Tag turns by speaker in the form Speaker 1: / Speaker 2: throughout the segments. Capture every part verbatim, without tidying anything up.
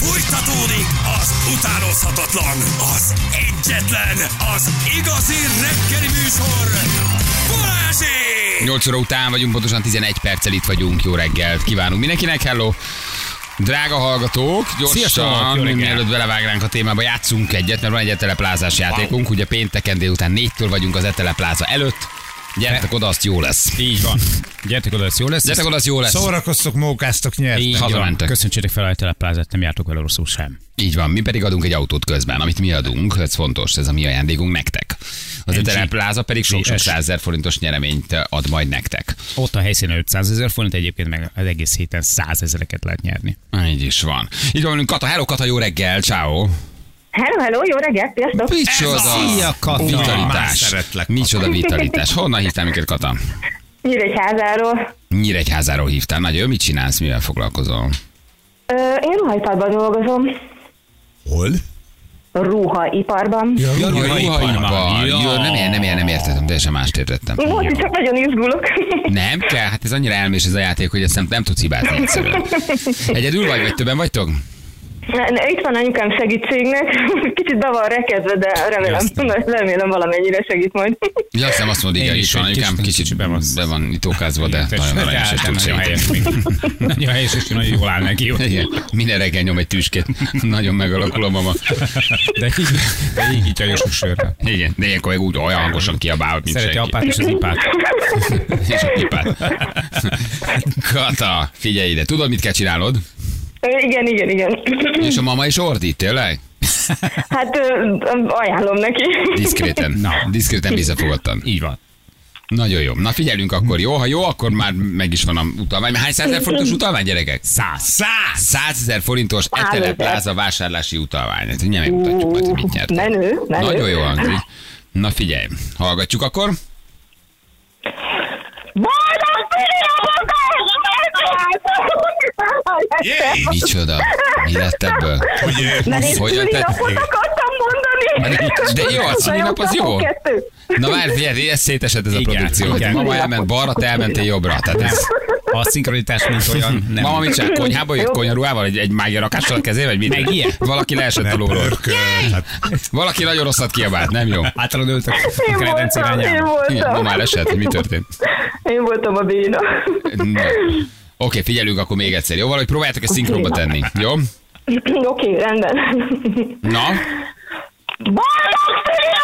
Speaker 1: Fújtatódik az utánozhatatlan, az egyetlen, az igazi reggeli műsor, Balázsék!
Speaker 2: nyolc óra után vagyunk, pontosan tizenegy perccel itt vagyunk. Jó reggelt kívánunk mindenkinek, hello! Drága hallgatók, gyorsan, mielőtt belevágnánk a témába, játszunk egyet, mert van egy eteleplázás játékunk. Ugye pénteken délután négytől vagyunk az etelepláza előtt. Gyertek oda, azt jó lesz.
Speaker 3: Így van. Gyertek oda, azt jó lesz.
Speaker 2: Gyertek oda, azt jó lesz.
Speaker 4: Szórakoztok, mókáztok, nyertek.
Speaker 2: Hazamentek.
Speaker 3: Köszöntsétek fel a eteleplázát, nem jártok vele rosszul sem.
Speaker 2: Így van, mi pedig adunk egy autót közben, amit mi adunk, ez fontos, ez a mi ajándékunk nektek. Az etelepláza pedig sok-sok százezer forintos nyereményt ad majd nektek.
Speaker 3: Ott a helyszínen ötszázezer forint, egyébként meg az egész héten százezereket lehet nyerni.
Speaker 2: Így is van. Így van, Kata, hello Kata, jó reggel, ciao.
Speaker 5: Hello, hello, jó reggelt, sziasztok!
Speaker 2: Micsoda
Speaker 3: Szia, Kata.
Speaker 2: vitalitás.
Speaker 4: Szeretlek, Kata.
Speaker 2: Micsoda vitalitás. Honnan hívtál minket, Kata?
Speaker 5: Nyíregyházáról.
Speaker 2: Nyíregyházáról hívtál. Nagyon jó, mit csinálsz, mivel foglalkozol?
Speaker 5: Ö, én ruhaiparban dolgozom.
Speaker 4: Hol?
Speaker 5: Ruhaiparban.
Speaker 4: Ja,
Speaker 2: Ja, ruhaipar.
Speaker 3: Ja.
Speaker 2: Jó, nem, ér, nem, ér, nem értettem, teljesen mást értettem.
Speaker 5: Most csak nagyon izgulok.
Speaker 2: Nem kell, hát ez annyira elmés ez a játék, hogy ezt nem, nem tudsz hibázni egyszerűen. Egyedül vagy, vagy többen vagytok?
Speaker 5: Ne, ne, itt van anyukám segítségnek. Kicsit be van rekedve, de remélem, remélem valamennyire segít majd.
Speaker 2: Ja, azt nem azt mondod, igen,
Speaker 3: Én
Speaker 2: itt
Speaker 3: is
Speaker 2: van
Speaker 3: egy
Speaker 2: anyukám,
Speaker 3: kicsit
Speaker 2: kicsit
Speaker 3: be van-
Speaker 2: be van itókázva, de nagyon aranyos és tud
Speaker 3: Nagyon
Speaker 2: segíteni.
Speaker 3: helyes, még. Nagyon helyes, és nagyon jól áll neki. Jó.
Speaker 2: Igen, minden reggel nyom egy tüskét. Nagyon megalakul a mama.
Speaker 3: De így, de így, így a sörre.
Speaker 2: Igen, de ilyenkor meg úgy olyan hangosan kiabál, mint
Speaker 3: Szereti
Speaker 2: senki.
Speaker 3: apát és az ipát.
Speaker 2: És a pipát. Kata, figyelj ide, tudod, mit kell csinálnod?
Speaker 5: Ö, Igen, igen, igen.
Speaker 2: És a mama is ordít, tényleg?
Speaker 5: Hát ö, ajánlom neki.
Speaker 2: Diszkréten. Na, diszkréten visszafogadtan.
Speaker 3: Így van.
Speaker 2: Nagyon jó. Na figyelünk akkor, jó? Ha jó, akkor már meg is van a utalvány. Hány százezer forintos utalvány, gyerekek?
Speaker 3: Száz.
Speaker 2: Száz! Százezer forintos
Speaker 5: Százezer.
Speaker 2: etelepláza vásárlási utalvány. Hát ugye megmutatjuk majd, hogy mit nyert.
Speaker 5: Menő, menő.
Speaker 2: Nagyon jó hangzik. Na figyelj, hallgatjuk akkor.
Speaker 5: Boldog
Speaker 4: Jéj!
Speaker 2: Micsoda? Mi lett ebből?
Speaker 5: Mert én
Speaker 2: Hogyan te-
Speaker 5: szülinapot akartam mondani.
Speaker 2: De jó, a szülinap az jó.
Speaker 5: Kettő.
Speaker 2: Na várj, figyelj, ez szétesett ez a
Speaker 3: Igen,
Speaker 2: produkció.
Speaker 3: igen.
Speaker 2: Mama elment balra, te elmentél jobbra. Tehát ez...
Speaker 3: A szinkronitás, mint olyan, nem.
Speaker 2: Mama mit csinál? Konyhába jött konyaruhával? Egy, egy mágia rakással a kezével? Vagy mit?
Speaker 3: Meg ilyen.
Speaker 2: Valaki leesett a lóról.
Speaker 4: Pörkölt. Hát,
Speaker 2: Valaki nagyon rosszat kiabált, nem jó?
Speaker 3: Általán ültök
Speaker 5: Én
Speaker 3: a kredenc
Speaker 5: voltam, én
Speaker 3: irányába.
Speaker 2: Igen, ma
Speaker 5: voltam.
Speaker 2: már esett, hogy mi történt?
Speaker 5: Én voltam a béna.
Speaker 2: Na. Oké, figyelünk akkor még egyszer, jó? Valahogy próbáljátok ezt szinkronba tenni, jó?
Speaker 5: Oké, rendben.
Speaker 2: Na?
Speaker 5: Boldog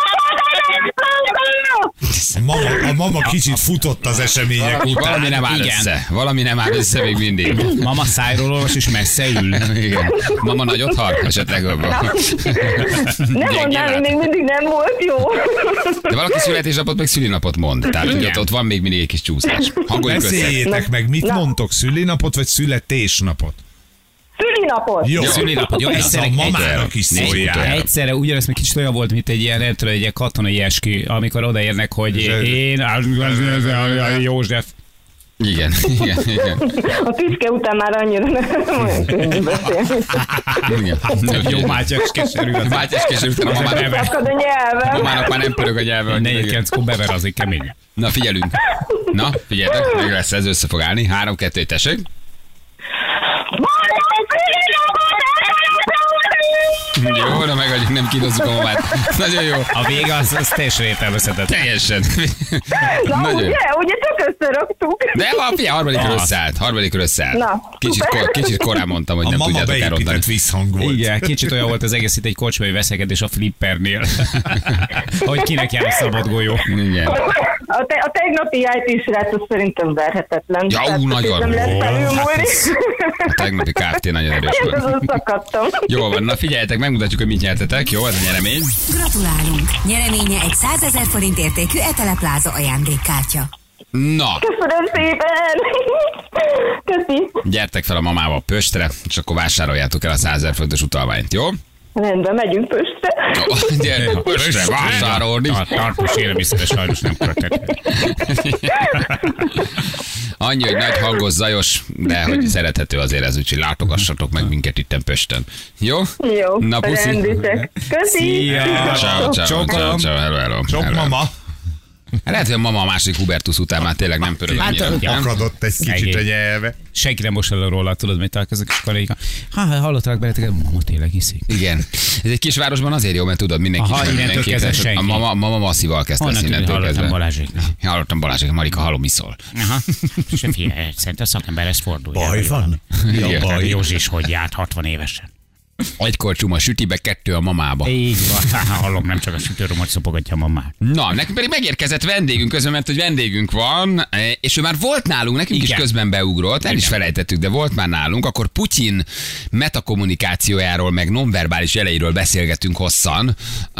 Speaker 4: a, mama, a mama kicsit futott az események után.
Speaker 2: Valami nem áll
Speaker 3: igen.
Speaker 2: össze. Valami nem áll össze még mindig.
Speaker 3: Mama szájról olvas, és messze ül.
Speaker 2: Igen. Mama nagyot har? Esetleg
Speaker 5: Nem
Speaker 2: Gyengén
Speaker 5: mondnám,
Speaker 2: lát.
Speaker 5: még mindig nem volt jó.
Speaker 2: De valaki születésnapot meg szülinapot mond. Tehát hogy ott, ott van még mindig egy kis csúszás. Hangoljuk össze.
Speaker 4: Beszéljétek meg, mit
Speaker 5: Na.
Speaker 4: mondtok, szülinapot vagy születésnapot?
Speaker 5: Szülinapot.
Speaker 4: Jó,
Speaker 3: Szülinapot, jó,
Speaker 4: az
Speaker 3: egyszerre-
Speaker 4: a mamának is
Speaker 2: egyszerre-
Speaker 4: szólják.
Speaker 3: Egyszerre ugyanez még kicsit olyan volt, mint egy ilyen, nem tudom, egy ilyen katonai eskü, amikor odaérnek, hogy én, József.
Speaker 2: Igen, igen, igen.
Speaker 5: A piszke után már annyira nem olyan könnyű beszélni.
Speaker 2: igen.
Speaker 3: Jó, Mátyás keserű.
Speaker 2: Mátyás keserű, a mamának,
Speaker 5: Szakad a nyelvem.
Speaker 2: mamának már nem pörög a nyelve. hogy-
Speaker 3: negyedkilenckor beverazik kemény.
Speaker 2: Na figyelünk. Na, figyeljetek, meg lesz, ez össze fog állni. Három, kettő, tessék. Jó, na megadjuk, nem kínozzuk a mamát. Nagyon jó.
Speaker 3: A vége az, az teljesen értelmezhetetlen.
Speaker 2: Teljesen.
Speaker 5: Na,
Speaker 2: Nagyon jó.
Speaker 5: ugye, ugye csak összeraktuk.
Speaker 2: De van, figyelj, harmadikra
Speaker 3: Az.
Speaker 2: összeállt. Harmadikra összeállt.
Speaker 5: Na,
Speaker 2: Kicsit,
Speaker 5: szuper.
Speaker 2: kor, kicsit korán mondtam, hogy
Speaker 4: A
Speaker 2: nem
Speaker 4: mama
Speaker 2: tudjátok elrontani.
Speaker 4: beépített visszhang volt.
Speaker 3: Igen, kicsit olyan volt az egész itt egy kocsmai veszekedés a flippernél. Hogy kinek jár a szabad golyó.
Speaker 2: Igen.
Speaker 5: A, te, a tegnapi i té srác szerintem verhetetlen.
Speaker 2: Ja,
Speaker 5: Tehát
Speaker 2: ú, nagyon.
Speaker 5: Nem lesz felülmúlni.
Speaker 2: A tegnapi Kft. Nagyon erős
Speaker 5: Én
Speaker 2: volt.
Speaker 5: azon szakadtam.
Speaker 2: Jó van, na figyeljetek, megmutatjuk, hogy mit nyertetek. Jó, ez a nyeremény.
Speaker 6: Gratulálunk! Nyereménye egy százezer forint értékű Etelepláza ajándékkártya.
Speaker 2: Na,
Speaker 5: Köszönöm szépen. Köszi.
Speaker 2: gyertek fel a mamával Pöstre, és akkor vásároljátok el a százezer forintos utalványt, jó?
Speaker 5: Rendben, megyünk Pöstre.
Speaker 2: Jó, gyertek Pöstre vásárolni.
Speaker 3: Tartós élelmiszerre sajnos nem költek.
Speaker 2: Annyi, hogy nagy hangos, zajos, de hogy szerethető azért ez, úgyhogy látogassatok meg minket itten Pösten. Jó?
Speaker 5: Jó,
Speaker 2: Na, puszi.
Speaker 5: rendítek. Köszi.
Speaker 3: Szia.
Speaker 2: Ciao, ciao, ciao,
Speaker 4: Csókolom.
Speaker 2: ciao, hello, hello.
Speaker 4: Sok
Speaker 2: hello.
Speaker 4: mama.
Speaker 2: Lehet, hogy a mama a második Hubertus után már tényleg nem pörög
Speaker 3: Hát,
Speaker 2: annyira.
Speaker 4: Akadott egy kicsit a nyelve.
Speaker 3: Senki nem most el róla, tudod, mit találkozok, és akkor így, ha, hallottak beletek, mama tényleg hiszik.
Speaker 2: Igen. Ez egy kisvárosban azért jó, mert tudod, mindenki
Speaker 3: Aha,
Speaker 2: ismer
Speaker 3: innentől
Speaker 2: mindenkit.
Speaker 3: kezdve senki.
Speaker 2: A mama, mama masszival kezdte ezt
Speaker 3: Honnan tudod,
Speaker 2: innentől
Speaker 3: hallottam
Speaker 2: kezdve.
Speaker 3: Balázséknak?
Speaker 2: Hallottam Balázsék, Marika, hallom, iszol.
Speaker 3: Aha. Se figyelj, szerintem a szakember ezt fordul.
Speaker 4: Baj van?
Speaker 2: Igen.
Speaker 3: Baj. Józsi is hogy járt hatvan évesen.
Speaker 2: Egy korcsum a sütibe, kettő a mamába.
Speaker 3: Így van, hallom, nem csak a sütőromot szopogatja a mamát.
Speaker 2: Na, nekünk pedig megérkezett vendégünk, közben, mert hogy vendégünk van, és ő már volt nálunk, nekünk
Speaker 3: Igen.
Speaker 2: is közben beugrott, el is felejtettük, de volt már nálunk, akkor Putyin metakommunikációjáról, meg nonverbális jeleiről beszélgetünk hosszan.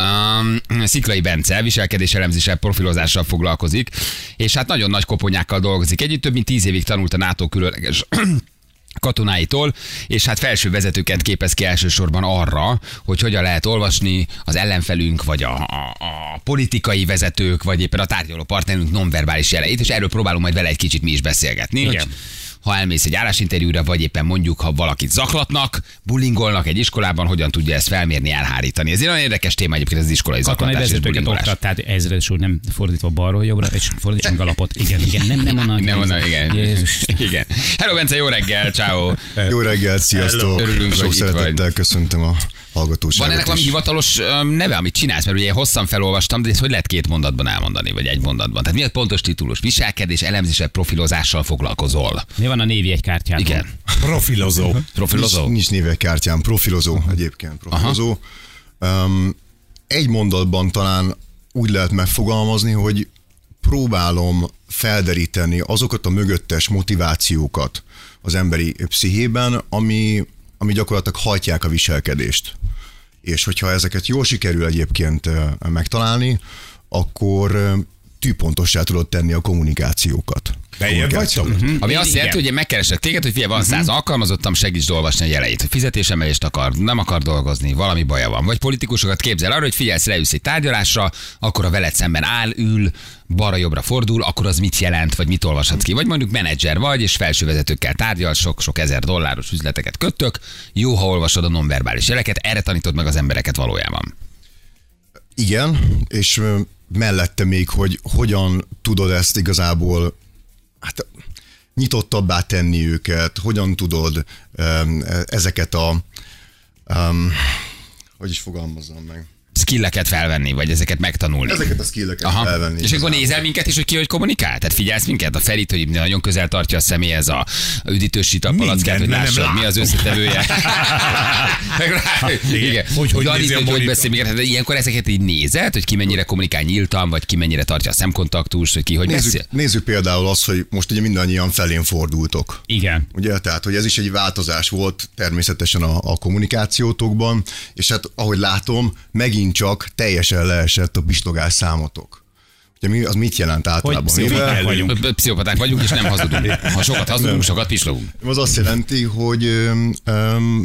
Speaker 2: Um, Sziklai Bence viselkedés elemzéssel, profilozással foglalkozik, és hát nagyon nagy koponyákkal dolgozik együtt, több mint tíz évig tanult a NATO különleges katonáitól, és hát felső vezetőket képez ki elsősorban arra, hogy hogyan lehet olvasni az ellenfelünk, vagy a, a, a politikai vezetők, vagy éppen a tárgyaló partnerünk nonverbális jeleit, és erről próbálunk majd vele egy kicsit mi is beszélgetni.
Speaker 3: Igen.
Speaker 2: Hogy ha elmész egy állásinterjúra, vagy éppen mondjuk, ha valakit zaklatnak, bullyingolnak egy iskolában, hogyan tudja ezt felmérni, elhárítani. Ez egy nagyon érdekes téma egyébként, az iskolai
Speaker 3: Katonai
Speaker 2: zaklatás és
Speaker 3: vezetőket
Speaker 2: bullyingolás.
Speaker 3: oktat, tehát ezredes úr nem fordítva balról jobbra, és fordítsunk galapot. Igen, igen, nem, nem onnan.
Speaker 2: Nem onnan, igen.
Speaker 3: Jézus.
Speaker 2: Igen. Hello, Bence, jó reggel, ciao.
Speaker 7: Jó reggelt, sziasztok!
Speaker 2: Örülünk,
Speaker 7: Sok
Speaker 2: hogy itt
Speaker 7: szeretettel
Speaker 2: vagy.
Speaker 7: köszöntöm a hallgatóságot.
Speaker 2: Van ennek valami
Speaker 7: is.
Speaker 2: hivatalos öm, neve, amit csinálsz? Mert ugye én hosszan felolvastam, de ezt hogy lehet két mondatban elmondani, vagy egy mondatban? Tehát mi a pontos titulus? Viselkedés, elemzéssel, profilozással foglalkozol.
Speaker 3: Mi van a névjegykártyán?
Speaker 2: Igen.
Speaker 4: Profilozó.
Speaker 2: Profilozó?
Speaker 7: Nincs, nincs névekártyám, profilozó egyébként, profilozó. Um, egy mondatban talán úgy lehet megfogalmazni, hogy próbálom felderíteni azokat a mögöttes motivációkat az emberi pszichében, ami, ami gyakorlatilag hajtják a viselkedést. És hogyha ezeket jól sikerül egyébként eh, megtalálni, akkor eh, tűpontossá tudod tenni a kommunikációkat.
Speaker 4: Bejebb vagytok?
Speaker 2: Ami azt jelenti, hogy én megkeresek téged, hogy figyelj, van száz alkalmazottam, segítsd olvasni a jeleit. Fizetésemelést akar, nem akar dolgozni, valami baja van. Vagy politikusokat képzel arra, hogy figyelsz, leülsz egy tárgyalásra, akkor a veled szemben áll, ül, balra-jobbra fordul, akkor az mit jelent, vagy mit olvashatsz ki. Vagy mondjuk menedzser vagy, és felsővezetőkkel tárgyal, sok-sok ezer dolláros üzleteket köttök. Jó, ha olvasod a nonverbális jeleket, erre tanítod meg az embereket valójában.
Speaker 7: Igen, és ö, mellette még, hogy hogyan tudod ezt igazából hát, nyitottabbá tenni őket, hogyan tudod um, ezeket a, um, hogy is fogalmazzam meg,
Speaker 2: Skilleket felvenni, vagy ezeket megtanulni.
Speaker 7: ezeket a skilleket
Speaker 2: Aha.
Speaker 7: felvenni.
Speaker 2: És akkor
Speaker 7: igazából.
Speaker 2: nézel minket is, hogy ki hogy kommunikál? Tehát figyelsz minket? A Ferit, hogy nagyon közel tartja a személyhez a üdítős a palackát, hogy
Speaker 4: Minden,
Speaker 2: lássad,
Speaker 4: nem
Speaker 2: mi az összetevője. Igen.
Speaker 4: Hogy- hogy
Speaker 2: Garit,
Speaker 4: nézi a
Speaker 2: hogy, hogy
Speaker 4: monitor.
Speaker 2: beszél minket. Hát ilyenkor ezeket így nézed, hogy ki mennyire kommunikál nyíltan, vagy ki mennyire tartja a szemkontaktust, hogy ki hogy beszél.
Speaker 7: Nézzük, nézzük például azt, hogy most ugye mindannyian felén fordultok.
Speaker 3: Igen.
Speaker 7: Ugye, tehát, hogy ez is egy változás volt természetesen a, a kommunikációtokban, és hát ahogy látom, megint csak teljesen leesett a pislogás számotok. Ugye mi, az mit jelent általában?
Speaker 3: pszichopaták
Speaker 7: Mivel-
Speaker 3: vagyunk.
Speaker 2: Pszichopaták vagyunk, és nem hazudunk. Ha sokat hazudunk, sokat pislogunk.
Speaker 7: Az azt jelenti, hogy öm, öm,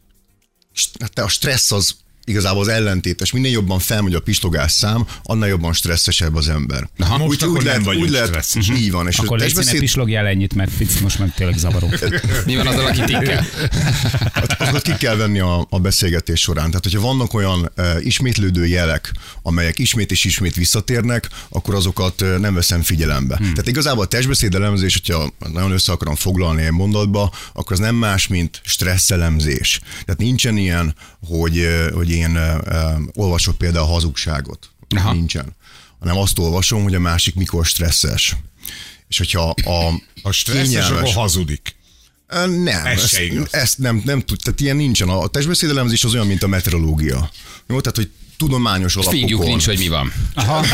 Speaker 7: st- hát a stressz az igazából az ellentétes. Minél jobban felmegy a pislogás szám, annál jobban stresszesebb az ember.
Speaker 2: Aha,
Speaker 4: most
Speaker 7: úgy,
Speaker 4: akkor
Speaker 7: úgy
Speaker 4: nem
Speaker 7: lehet,
Speaker 4: vagyunk
Speaker 7: úgy lehet,
Speaker 4: stresszesek.
Speaker 7: így van. És
Speaker 3: Akkor
Speaker 7: a
Speaker 3: légy színe,
Speaker 7: testbeszéd,
Speaker 3: pislogjál ennyit, mert Fic most meg tényleg zavaró.
Speaker 2: Mi van azzal, aki tikkel?
Speaker 7: azokat ki kell venni a, a beszélgetés során. Tehát, hogyha vannak olyan e, ismétlődő jelek, amelyek ismét és ismét visszatérnek, akkor azokat e, nem veszem figyelembe. Hmm. Tehát igazából a testbeszéd elemzés, hogyha nagyon össze akarom foglalni egy mondatba, akkor az nem más, mint stresszelemzés. Tehát nincsen ilyen, hogy, e, hogy én e, e, olvasok például a hazugságot.
Speaker 2: Aha.
Speaker 7: Nincsen. Hanem azt olvasom, hogy a másik mikor stresszes. És hogyha a,
Speaker 4: A stresszes, akkor hazudik.
Speaker 7: Ö, Nem,
Speaker 4: Ez
Speaker 7: ezt,
Speaker 4: se igaz.
Speaker 7: ezt nem, nem tud, tehát ilyen nincsen. A testbeszédelemzés az olyan, mint a meteorológia. Jó, tehát, hogy tudományos alapokon.
Speaker 2: Fingjuk nincs, hogy mi van.
Speaker 3: Aha.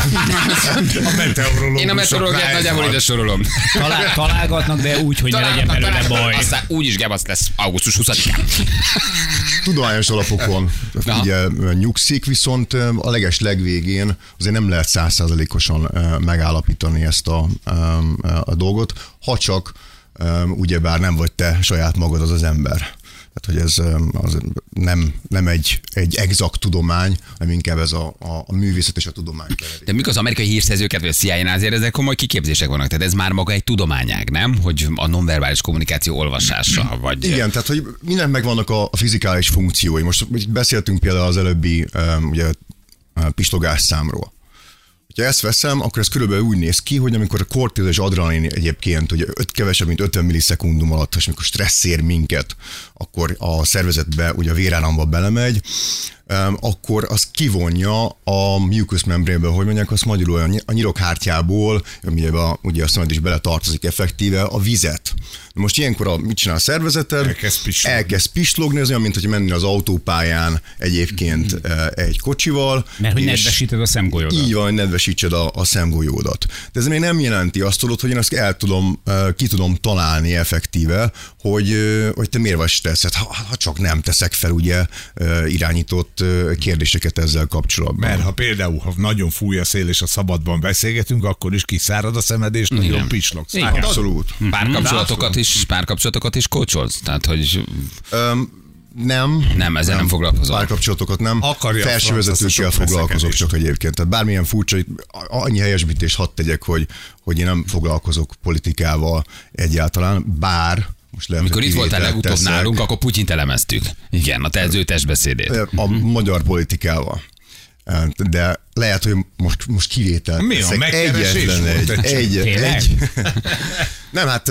Speaker 4: A meteorológusok
Speaker 2: Én a meteorológiát
Speaker 4: rá ez
Speaker 2: nagyjából
Speaker 4: van.
Speaker 2: ide sorolom.
Speaker 3: Talál, találgatnak, de úgy, hogy ne legyen
Speaker 2: Találnak,
Speaker 3: belőle
Speaker 2: találnak,
Speaker 3: baj.
Speaker 2: aztán úgyis gebasz lesz augusztus huszadikán.
Speaker 7: Tudományos alapokon
Speaker 2: Aha.
Speaker 7: ugye nyugszik, viszont a leges legvégén azért nem lehet száz százalékosan megállapítani ezt a, a dolgot, ha csak ugyebár nem vagy te saját magad az az ember. Tehát, hogy ez az nem, nem egy, egy exakt tudomány, hanem inkább ez a, a, a művészet és a tudomány keverék.
Speaker 2: De mikor az amerikai hírszerzőket, vagy a C I A-nál azért ezek komoly kiképzések vannak. Tehát ez már maga egy tudományág, nem? Hogy a nonverbális kommunikáció olvasása, vagy...
Speaker 7: Igen, tehát hogy mindennek megvannak a, a fizikális funkciói. Most beszéltünk például az előbbi um, ugye, pislogás számról. Ha ezt veszem, akkor ez körülbelül úgy néz ki, hogy amikor a kortizol és adrenalin egyébként ugye öt, kevesebb, mint ötven millisekundum alatt, és amikor stressz ér minket, akkor a szervezetbe, ugye a véráramba belemegy, um, akkor az kivonja a mucous membráneből, hogy mondják, azt magyarul a nyirokhártyából, ugye, a, ugye a szemed is beletartozik effektíve, a vizet. Most ilyenkor a, mit csinál a szervezeted?
Speaker 4: Elkezd pislogni.
Speaker 7: Elkezd pislogni, az olyan, mint hogy menni az autópályán egyébként mm. egy kocsival.
Speaker 3: Mert hogy nedvesíted a szemgolyódat.
Speaker 7: Így van, nedvesítsed a, a szemgolyódat. De ez még nem jelenti azt, tudod, hogy én azt el tudom, ki tudom találni effektíve, hogy, hogy te miért vagy stresszed, ha, ha csak nem teszek fel ugye irányított kérdéseket ezzel kapcsolatban.
Speaker 4: Mert ha például, ha nagyon fúj a szél és a szabadban beszélgetünk, akkor is kiszárad a szemed és nagyon pislogsz.
Speaker 7: Abszolút.
Speaker 2: Párkapcsolatokat is, párkapcsolatokat is coacholsz? Tehát, hogy...
Speaker 7: Um, Nem.
Speaker 2: Nem, ezzel nem, nem foglalkozom.
Speaker 7: Párkapcsolatokat nem.
Speaker 4: Akarja
Speaker 7: felsővezetőkkel foglalkozok csak egyébként. Tehát bármilyen furcsa, annyi helyesbítést hadd tegyek, hogy, hogy én nem foglalkozok politikával egyáltalán, bár most lehet,
Speaker 2: amikor itt voltál legutóbb
Speaker 7: teszek,
Speaker 2: nálunk, akkor Putyint elemeztük. Igen, a te testbeszédét.
Speaker 7: A magyar politikával. De lehet, hogy most, most kivétel.
Speaker 4: Mi a megkeresés
Speaker 7: egyetlen
Speaker 4: volt?
Speaker 7: Egy, egy, egy. Nem, hát...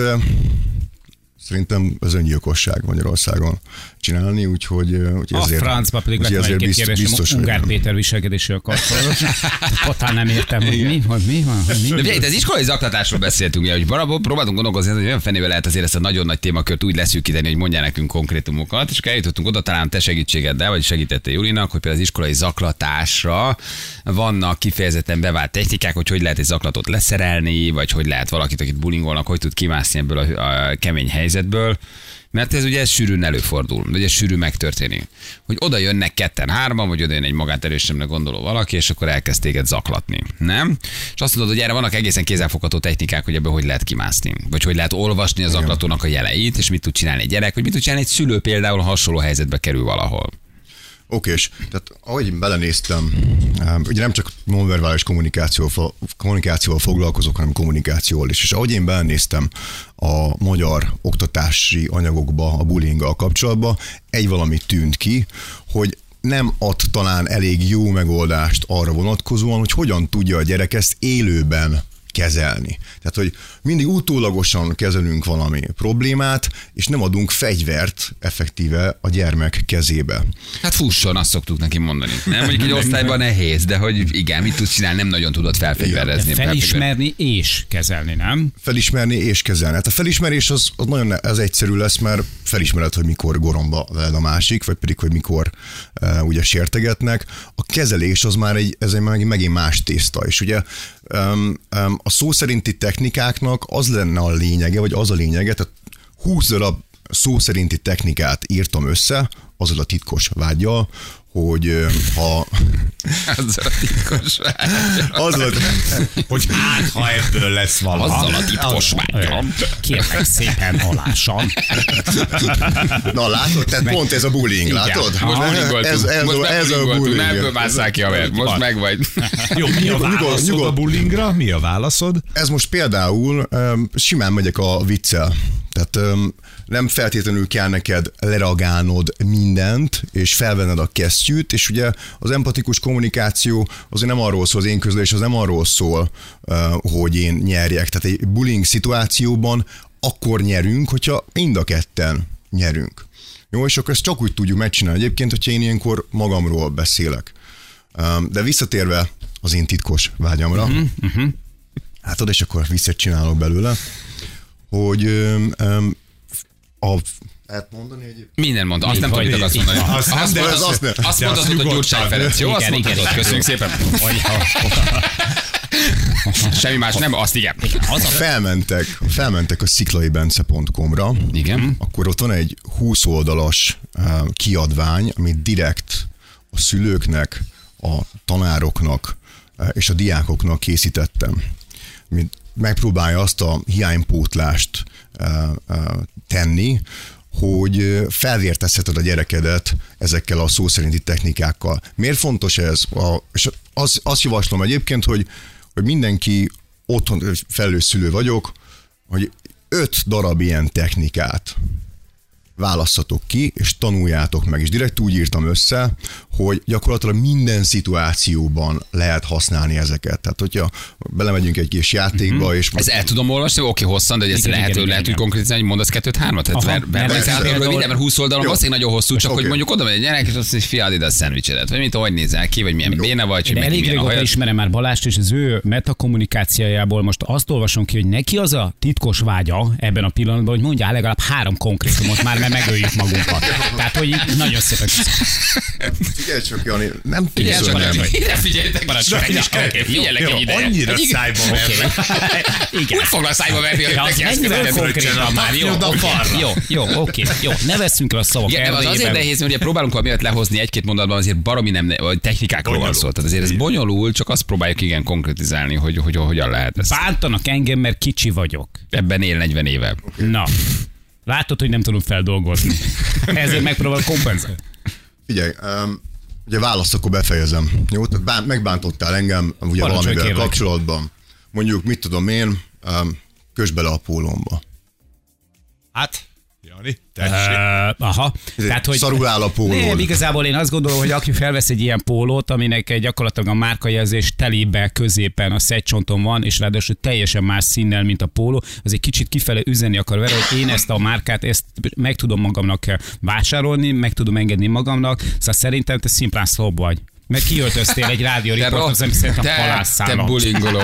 Speaker 7: Szerintem az öngyilkosság Magyarországon csinálni, úgyhogy, úgyhogy
Speaker 3: a
Speaker 7: ezért...
Speaker 3: A francba pedig lett majd egy kérdésem Ungár Péter viselkedésével kapcsolatban. Totál nem értem, hogy mi, hogy mi van. Hogy mi.
Speaker 2: De figyelj, az iskolai zaklatásról beszéltünk, ugye, hogy próbáltunk gondolkozni, hogy olyan fenével lehet azért ezt a nagyon nagy témakört úgy leszűkíteni, hogy mondjál nekünk konkrétumokat, és akkor eljutottunk oda, talán te segítségeddel, vagy segítette Julinak, hogy például az iskolai zaklatásra vannak kifejezetten bevált technikák, hogy hogy lehet egy zaklatot leszerelni, vagy hogy lehet valakit, akit bullyingolnak, hogy tud kimászni ebből a, a kemény helyzetből. Mert ez ugye ez sűrűn előfordul, vagy ez sűrű megtörténik. Hogy oda jönnek ketten, hárman, vagy oda jön egy magát erősemre gondoló valaki, és akkor elkezd téged zaklatni. Nem? És azt mondod, hogy erre vannak egészen kézzelfogható technikák, hogy ebből hogy lehet kimászni. Vagy hogy lehet olvasni a zaklatónak a jeleit, és mit tud csinálni egy gyerek, vagy mit tud csinálni egy szülő például hasonló helyzetbe kerül valahol.
Speaker 7: Okés. Tehát ahogy belenéztem, ugye nem csak nonverbális kommunikációval, kommunikációval foglalkozok, hanem kommunikációval is. És ahogy én belenéztem a magyar oktatási anyagokba, a bullyinggal kapcsolatban, egy valami tűnt ki, hogy nem ad talán elég jó megoldást arra vonatkozóan, hogy hogyan tudja a gyerek ezt élőben kezelni. Tehát, hogy mindig utólagosan kezelünk valami problémát, és nem adunk fegyvert effektíve a gyermek kezébe.
Speaker 2: Hát fusson, azt szoktuk neki mondani. Nem, mondjuk egy osztályban nehéz, de hogy igen, mit tudsz csinálni, nem nagyon tudod felfegyverezni.
Speaker 3: Felismerni és kezelni, nem?
Speaker 7: Felismerni és kezelni. Hát a felismerés az, az nagyon az egyszerű lesz, mert felismered, hogy mikor goromba veled a másik, vagy pedig, hogy mikor uh, ugye sértegetnek. A kezelés az már egy, ez egy megint más tészta, és ugye um, um, a szó szerinti technikáknak az lenne a lényege, vagy az a lényege, tehát húsz darab szó szerinti technikát írtam össze, azzal a titkos vággyal, hogy ha...
Speaker 2: Azzal a titkos vággyal.
Speaker 7: Azzal a...
Speaker 4: hogy hát, ha ebből lesz valami.
Speaker 2: Azzal a titkos vággyal.
Speaker 3: Kérlek szépen alásan.
Speaker 7: Na látod, tehát meg... pont ez a bullying, látod?
Speaker 2: Most bullyingoltunk. Ez, ez,
Speaker 7: most
Speaker 2: ez a bullying. Nem ebből másszál ki a ver. Most meg vagy.
Speaker 4: Jó, mi a válaszod nyugod, a bullyingra? Mi a válaszod?
Speaker 7: Ez most például um, simán megyek a viccel. Tehát um, nem feltétlenül kell neked lereagálnod mindent, és felvenned a kesztyűt, és ugye az empatikus kommunikáció azért nem arról szól, az én közlés az nem arról szól, hogy én nyerjek. Tehát egy bullying szituációban akkor nyerünk, hogyha mind a ketten nyerünk. Jó, és akkor ezt csak úgy tudjuk megcsinálni egyébként, hogyha én ilyenkor magamról beszélek. De visszatérve az én titkos vágyamra, uh-huh, uh-huh. hát oda, és akkor visszacsinálok belőle, hogy um, a lehet mondani egyébként?
Speaker 2: Minden mondta, azt nem tudjuk azt mondani.
Speaker 4: Azt,
Speaker 2: azt,
Speaker 4: de
Speaker 2: azt, azt, azt, azt mondtad, hogy Gyurcsány Ferenc, jó? Azt mondtad, hogy köszönjük szépen. Semmi más nem, azt igen.
Speaker 7: Felmentek, felmentek a sziklaibence pont com-ra,
Speaker 2: igen.
Speaker 7: Akkor ott van egy húsz oldalas kiadvány, amit direkt a szülőknek, a tanároknak és a diákoknak készítettem. Megpróbálja azt a hiánypótlást tenni, hogy felvértezheted a gyerekedet ezekkel a szó szerinti technikákkal. Miért fontos ez? A, és az, azt javaslom egyébként, hogy, hogy mindenki otthon, felelős szülő vagyok, hogy öt darab ilyen technikát válasszatok ki, és tanuljátok meg. És direkt úgy írtam össze, hogy gyakorlatilag minden szituációban lehet használni ezeket. Tehát, hogyha belemegyünk egy kis játékba, mm-hmm. és...
Speaker 2: Ez el tudom olvasni, oké, hosszan, de hogy ezt
Speaker 7: igen,
Speaker 2: lehet,
Speaker 7: igen,
Speaker 2: lehet
Speaker 7: igen.
Speaker 2: úgy konkrétizálni, hogy mondasz kettőt, hármat? Tehát mindenben húsz oldalon valószínűleg nagyon hosszú, csak
Speaker 7: okay.
Speaker 2: hogy mondjuk oda megy egy gyerek, és azt mondja, hogy fiad ide a szendvicsedet, vagy mit, hogy nézel ki, vagy milyen béna vagy, hogy
Speaker 3: elég régóta ismerem már Balást, és az ő metakommunikációjából most azt olvasom ki, hogy neki az a titkos vágya ebben a pillanatban, hogy mondjál legalább három konkrétumot már, mert megöljük magunkat. Tehát, hogy nagyon szépen.
Speaker 7: Figyelj csak, Jani, nem
Speaker 2: Figyelj csak,
Speaker 7: meg.
Speaker 2: ide figyeljetek, figyeljetek egy ide.
Speaker 4: Annyira szájba verve.
Speaker 2: Úgy foglal szájba verni, hogy neki ezt
Speaker 3: mennyivel konkrétan már, jó, jó, jó, oké, jó, ne veszünk le a szavak
Speaker 2: erdejében. Az azért nehéz, mert ugye próbálunk valamiért lehozni egy-két mondatban, azért baromi nem, vagy technikákról van szó. Tehát azért ez bonyolul, csak azt próbáljuk igen konkrétizálni, hogy, hogy hogyan lehet ezt.
Speaker 3: Bántanak engem, mert kicsi vagyok.
Speaker 2: Ebben él negyven éve.
Speaker 3: Na, látod, hogy nem tudom feldolgozni. Ezért megpróbál kompenzálni.
Speaker 7: Figyelj, um, ugye választ, akkor befejezem. Jó, tehát bán, megbántottál engem ugye
Speaker 3: Parancsolj,
Speaker 7: valamivel
Speaker 3: kérlek.
Speaker 7: kapcsolatban. Mondjuk, mit tudom én, um, kösd bele a pólómba.
Speaker 4: Hát, Jani, tessék.
Speaker 3: Uh, aha. Tehát, hogy
Speaker 7: Szarul áll a pólód.
Speaker 3: Nem, igazából én azt gondolom, hogy aki felvesz egy ilyen pólót, aminek gyakorlatilag a márkajelzés telébe középen a szedcsonton van, és ráadásul teljesen más színnel, mint a póló, az egy kicsit kifele üzenni akar vele, hogy én ezt a márkát, ezt meg tudom magamnak vásárolni, meg tudom engedni magamnak, szóval szerintem te szimplán szlob vagy. Mert kiöltöztél egy rádióriporthoz, ami szerintem halászszállal.
Speaker 2: Te bulingoló.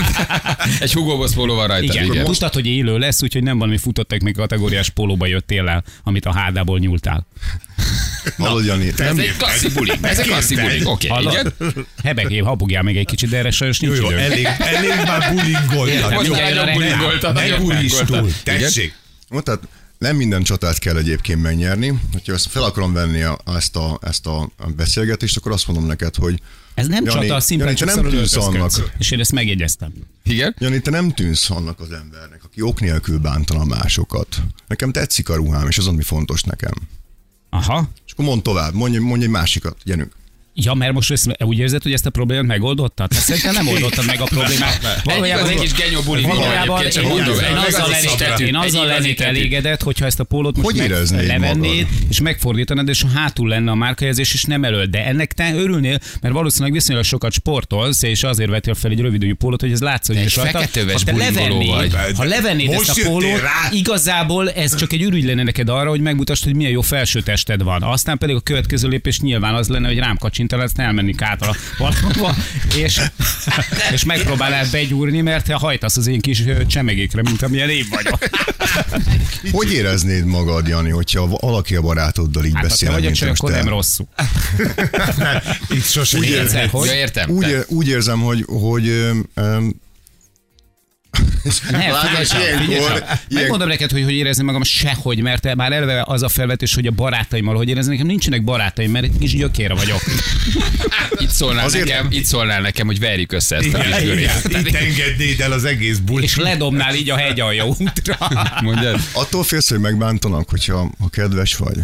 Speaker 2: Egy Hugo Boss póló van rajta.
Speaker 3: Igen,
Speaker 2: igen.
Speaker 3: tudtad, hogy élő lesz, úgyhogy nem valami futottak még kategóriás pólóba jöttél el, amit a hádából nyúltál.
Speaker 7: Hallod, Jani?
Speaker 2: Ez egy klasszik buling. Ez egy klasszik buling. Oké, okay, igen.
Speaker 3: Hebegél, habugjál meg egy kicsit, de erre sajnos nincs
Speaker 4: Jó,
Speaker 3: idő.
Speaker 4: elég, elég már bulingoltad.
Speaker 2: Most nagyon bulingoltad.
Speaker 4: Ne bulíts túl. Tessék.
Speaker 7: Tehát nem minden csatát kell egyébként megnyerni. Hogyha ezt fel akarom venni a, ezt, a, ezt a beszélgetést, akkor azt mondom neked, hogy
Speaker 3: ez nem
Speaker 7: Jani,
Speaker 3: csata, szimplán
Speaker 7: Jani, te
Speaker 3: csak
Speaker 7: nem tűnsz annak.
Speaker 3: És én ezt megjegyeztem.
Speaker 2: Igen?
Speaker 7: Jani, te nem tűnsz annak az embernek, aki ok nélkül bántana másokat. Nekem tetszik a ruhám, és az, ami fontos nekem.
Speaker 3: Aha.
Speaker 7: És akkor mondd tovább, mondj, mondj egy másikat, gyerünk.
Speaker 3: Ja, mert most ezt, úgy érzed, hogy ezt a problémát megoldottad? Hát szerintem nem oldottad meg a problémát.
Speaker 2: Valójában egy kis genyó buli.
Speaker 3: Valójában én, én azzal lennék, én azzal lennék elégedett, hogyha ezt a pólót most meg levennéd, és megfordítanád, és hátul lenne a márkajelzés, és nem elől. De ennek te örülnél, mert valószínűleg viszonylag sokat sportolsz, és azért vettél fel egy rövidüljű pólót, hogy ez látszik, hogy rajta. Ha te levennéd, ha levennéd ezt a pólót, igazából ez csak egy ürügy lenne neked arra, hogy megmutasd, hogy milyen jó felsőtested van. Aztán pedig a következő lépés nyilván az lenne, hogy rám kacsintanád, ezt elmenni kátra valahova, és, és megpróbálnál begyúrni, mert te hajtasz az én kis csemegékre, mint amilyen én vagyok.
Speaker 7: Hogy éreznéd magad, Jani, hogyha valaki a barátoddal így
Speaker 3: hát,
Speaker 7: beszél?
Speaker 3: Hát, ha te vagy a akkor nem rosszul.
Speaker 4: Itt sosem
Speaker 7: úgy
Speaker 4: érzem,
Speaker 7: érzem,
Speaker 2: hogy... Ja, értem.
Speaker 7: Úgy, úgy érzem, hogy, hogy um,
Speaker 3: Ne, figyelj sem, figyelj sem. Megmondom neked, hogy hogy érezni magam sehogy, mert már eleve az a felvetés, hogy a barátaimmal hogy érezni, nekem nincsenek barátaim, mert egy kis gyökér vagyok.
Speaker 2: Itt szólnál,
Speaker 7: Azért
Speaker 2: nekem, itt szólnál nekem, hogy verjük össze ezt a kis görét.
Speaker 4: Itt engednéd el az egész bulit.
Speaker 3: És ledobnál így a hegyalja útra.
Speaker 2: Mondjad.
Speaker 7: Attól félsz, hogy megbántanak, hogyha ha kedves vagy.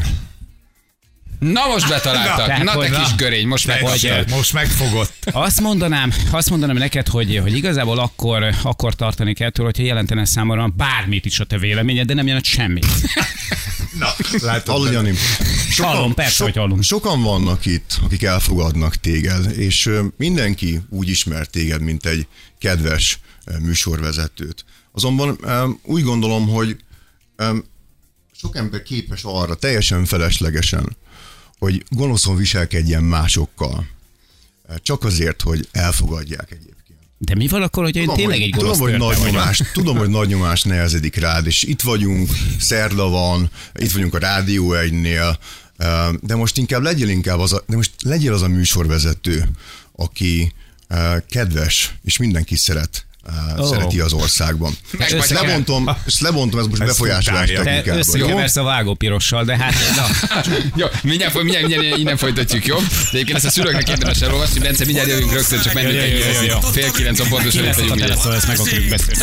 Speaker 2: Na most betaláltak. Na, na te
Speaker 3: hogy,
Speaker 2: kis görény, most megfogtad.
Speaker 4: Most megfogott.
Speaker 3: Azt mondanám, azt mondanám neked, hogy, hogy igazából akkor, akkor tartani kell tőle, hogyha jelentene számomra bármit is a te véleményed, de nem jelent semmit.
Speaker 4: Na, látod.
Speaker 7: Hallod, Jani?
Speaker 3: Hallom, persze,
Speaker 7: so,
Speaker 3: hogy hallom.
Speaker 7: Sokan vannak itt, akik elfogadnak téged, és ö, mindenki úgy ismer téged, mint egy kedves ö, műsorvezetőt. Azonban ö, úgy gondolom, hogy ö, sok ember képes arra teljesen feleslegesen, hogy gonoszon viselkedjen másokkal. Csak azért, hogy elfogadják egyébként.
Speaker 3: De mi van akkor, hogy én
Speaker 7: tudom,
Speaker 3: tényleg
Speaker 7: hogy,
Speaker 3: egy gonosz
Speaker 7: tudom, hogy nagy
Speaker 3: vagyok?
Speaker 7: nyomás, tudom, hogy nagy nyomás nehezedik rád, és itt vagyunk, szerda van, itt vagyunk a Rádió egynél, de most inkább legyél inkább az a, de most legyél az a műsorvezető, aki kedves, és mindenki szeret. Oh. Szereti az országban. És ezt lebontom, ezt lebontom, ez most befolyásolás technikából.
Speaker 3: Te összekeversz a vágópirossal, de hát...
Speaker 2: Jó, mindjárt, mindjárt, mindjárt innen folytatjuk, jó? De egyébként ezt a szülőknek érdemes elolvasni, Bence, mindjárt jövünk rögtön, csak mennünk egy fél kilenc a pontosan itt vagyunk.
Speaker 3: Ezt meg akarjuk beszélni.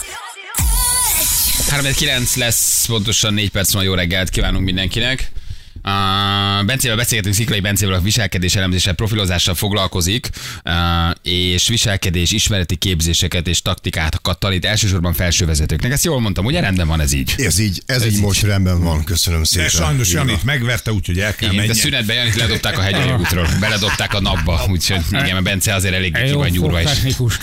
Speaker 2: három kilenc lesz, pontosan négy perc van, jó reggelt kívánunk mindenkinek. Uh, Bencével beszélgetünk, Sziklai Bencével a viselkedés elemzéssel, profilozással foglalkozik, uh, és viselkedés, ismereti képzéseket és taktikákat tanít elsősorban felsővezetőknek. Ezt jól mondtam, ugye rendben van ez így?
Speaker 7: Ez így, ez, ez így, így most rendben van, köszönöm szépen.
Speaker 4: De sajnos Janit megverte, úgyhogy el kell menjen.
Speaker 2: De szünetben Janit ledobták a hegyalja útról, beledobták a napba, úgyhogy igen, a Bence azért elég ki van gyúrva is.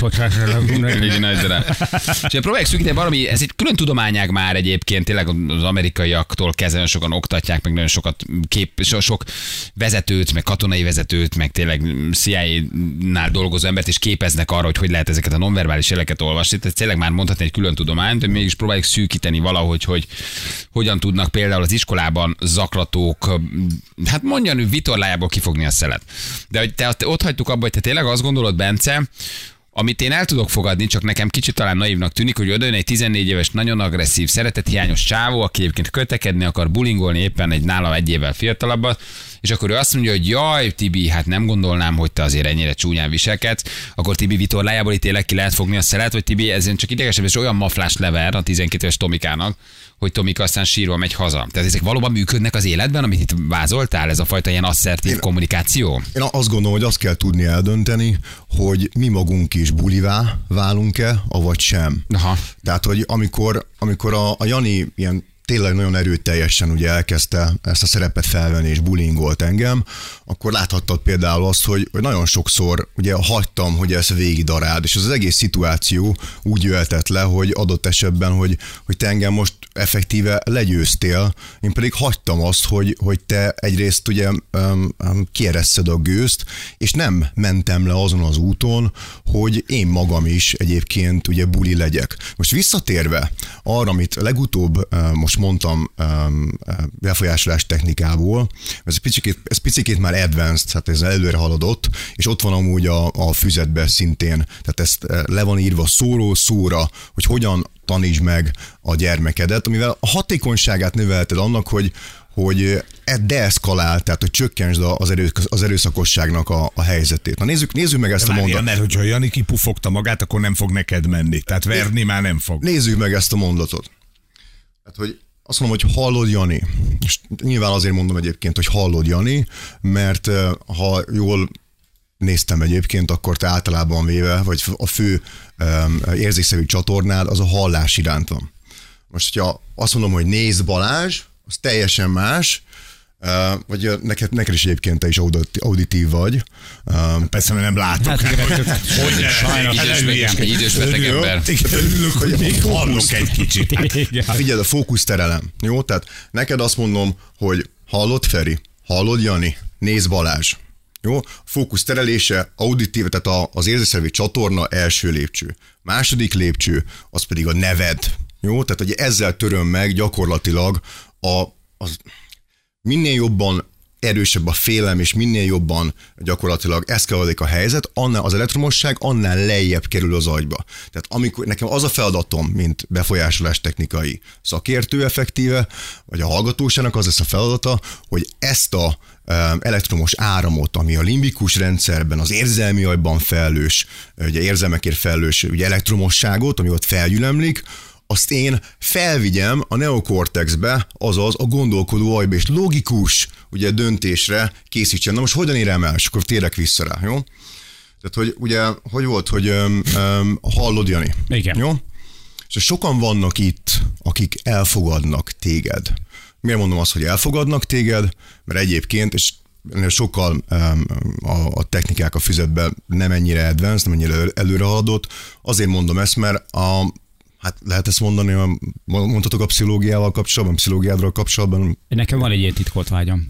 Speaker 2: És próbáljuk szűkíteni valami, ez egy külön tudományág már egyébként, tényleg az amerikaiaktól kezdve sokan oktatják, meg nagyon sokat kép, so, sok vezetőt, meg katonai vezetőt, meg tényleg C I A-nál dolgozó embert is képeznek arra, hogy hogy lehet ezeket a nonverbális jeleket olvasni. Tehát tényleg már mondhatni egy külön tudományt, hogy mégis próbáljuk szűkíteni valahogy, hogy hogyan tudnak például az iskolában zaklatók, hát mondjam, vitorlájából kifogni a szelet. De hogy te ott hagytuk abba, hogy te tényleg azt gondolod, Bence, amit én el tudok fogadni, csak nekem kicsit talán naívnak tűnik, hogy oda jön egy tizennégy éves, nagyon agresszív, szeretethiányos csávó, aki egyébként kötekedni akar, bulingolni éppen egy nála egy évvel fiatalabbat, és akkor ő azt mondja, hogy jaj, Tibi, hát nem gondolnám, hogy te azért ennyire csúnyán viselkedsz, akkor Tibi vitorlájából itt tényleg ki lehet fogni a szelet, vagy Tibi ezen csak idegesebb, és olyan maflás lever a tizenkét éves Tomikának, hogy Tomika aztán sírva megy haza. Tehát ezek valóban működnek az életben, amit itt vázoltál, ez a fajta ilyen asszertív én, kommunikáció?
Speaker 7: Én azt gondolom, hogy azt kell tudni eldönteni, hogy mi magunk is bulivá válunk-e, avagy sem.
Speaker 2: Aha.
Speaker 7: Tehát, hogy amikor, amikor a, a Jani ilyen tényleg nagyon erőteljesen ugye elkezdte ezt a szerepet felvenni és bullyingolt engem, akkor láthattad például azt, hogy, hogy nagyon sokszor ugye hagytam, hogy ezt végigdaráld, és az egész szituáció úgy jöhetett le, hogy adott esetben, hogy, hogy te engem most effektíve legyőztél, én pedig hagytam azt, hogy, hogy te egyrészt ugye um, um, kieresszed a gőzt, és nem mentem le azon az úton, hogy én magam is egyébként ugye buli legyek. Most visszatérve arra, amit legutóbb um, most mondtam um, befolyásolás technikából, ez picikét, ez picikét már advanced, hát ez előre haladott, és ott van amúgy a, a füzetben szintén, tehát ezt le van írva szóról szóra, hogy hogyan tanítsd meg a gyermekedet, amivel a hatékonyságát növelted annak, hogy hogy deeszkalál, tehát hogy csökkentsd az, erő, az erőszakosságnak a, a helyzetét. Na nézzük, nézzük meg ezt
Speaker 4: de
Speaker 7: a mondatot.
Speaker 4: Mert hogyha Jani kipufogta magát, akkor nem fog neked menni. Tehát verni már nem fog.
Speaker 7: Nézzük meg ezt a mondatot. Tehát, hogy azt mondom, hogy hallod, Jani. És nyilván azért mondom egyébként, hogy hallod, Jani, mert ha jól néztem egyébként, akkor te általában véve, vagy a fő um, érzékszerű csatornád az a hallás iránt van. Most, hogyha azt mondom, hogy nézd, Balázs, az teljesen más, uh, vagy neked, neked is egyébként te is auditív vagy. Um,
Speaker 4: Persze, mert nem látok. Hát,
Speaker 2: hogy sajnos egy idős beteg ember.
Speaker 4: Örülök, hogy még hallok egy kicsit.
Speaker 7: Figyeld, a fókuszterelem. Jó, tehát neked azt mondom, hogy hallod, Feri, hallod, Jani, nézd, Balázs. Jó, fókusz terelése, auditív, tehát az érzékszervi csatorna első lépcső. Második lépcső, az pedig a neved. Jó, tehát hogy ezzel töröm meg gyakorlatilag a, az minél jobban erősebb a félelem, és minél jobban gyakorlatilag eszkalálódik a helyzet, annál az elektromosság annál lejjebb kerül az agyba. Tehát amikor nekem az a feladatom, mint befolyásolás technikai szakértő effektíve, vagy a hallgatóságnak az lesz a feladata, hogy ezt a elektromos áramot, ami a limbikus rendszerben, az érzelmi agyban felelős, ugye érzelmekért felelős ugye elektromosságot, ami ott felgyülemlik, azt én felvigyem a neokortexbe, azaz a gondolkodó agyba, és logikus ugye döntésre készítsem. Na most hogyan érem el? És akkor térek vissza rá, jó? Tehát, hogy ugye, hogy volt, hogy um, um, hallod, Jani?
Speaker 3: Igen.
Speaker 7: Jó? És sokan vannak itt, akik elfogadnak téged. Miért mondom azt, hogy elfogadnak téged? Mert egyébként, és sokkal um, a, a technikák a füzetben nem ennyire advanced, nem ennyire előre haladott. Azért mondom ezt, mert a hát lehet ezt mondani, mondhatok a pszichológiával kapcsolatban, pszichológiádról kapcsolatban?
Speaker 3: Nekem van egy ilyen titkolt vágyam.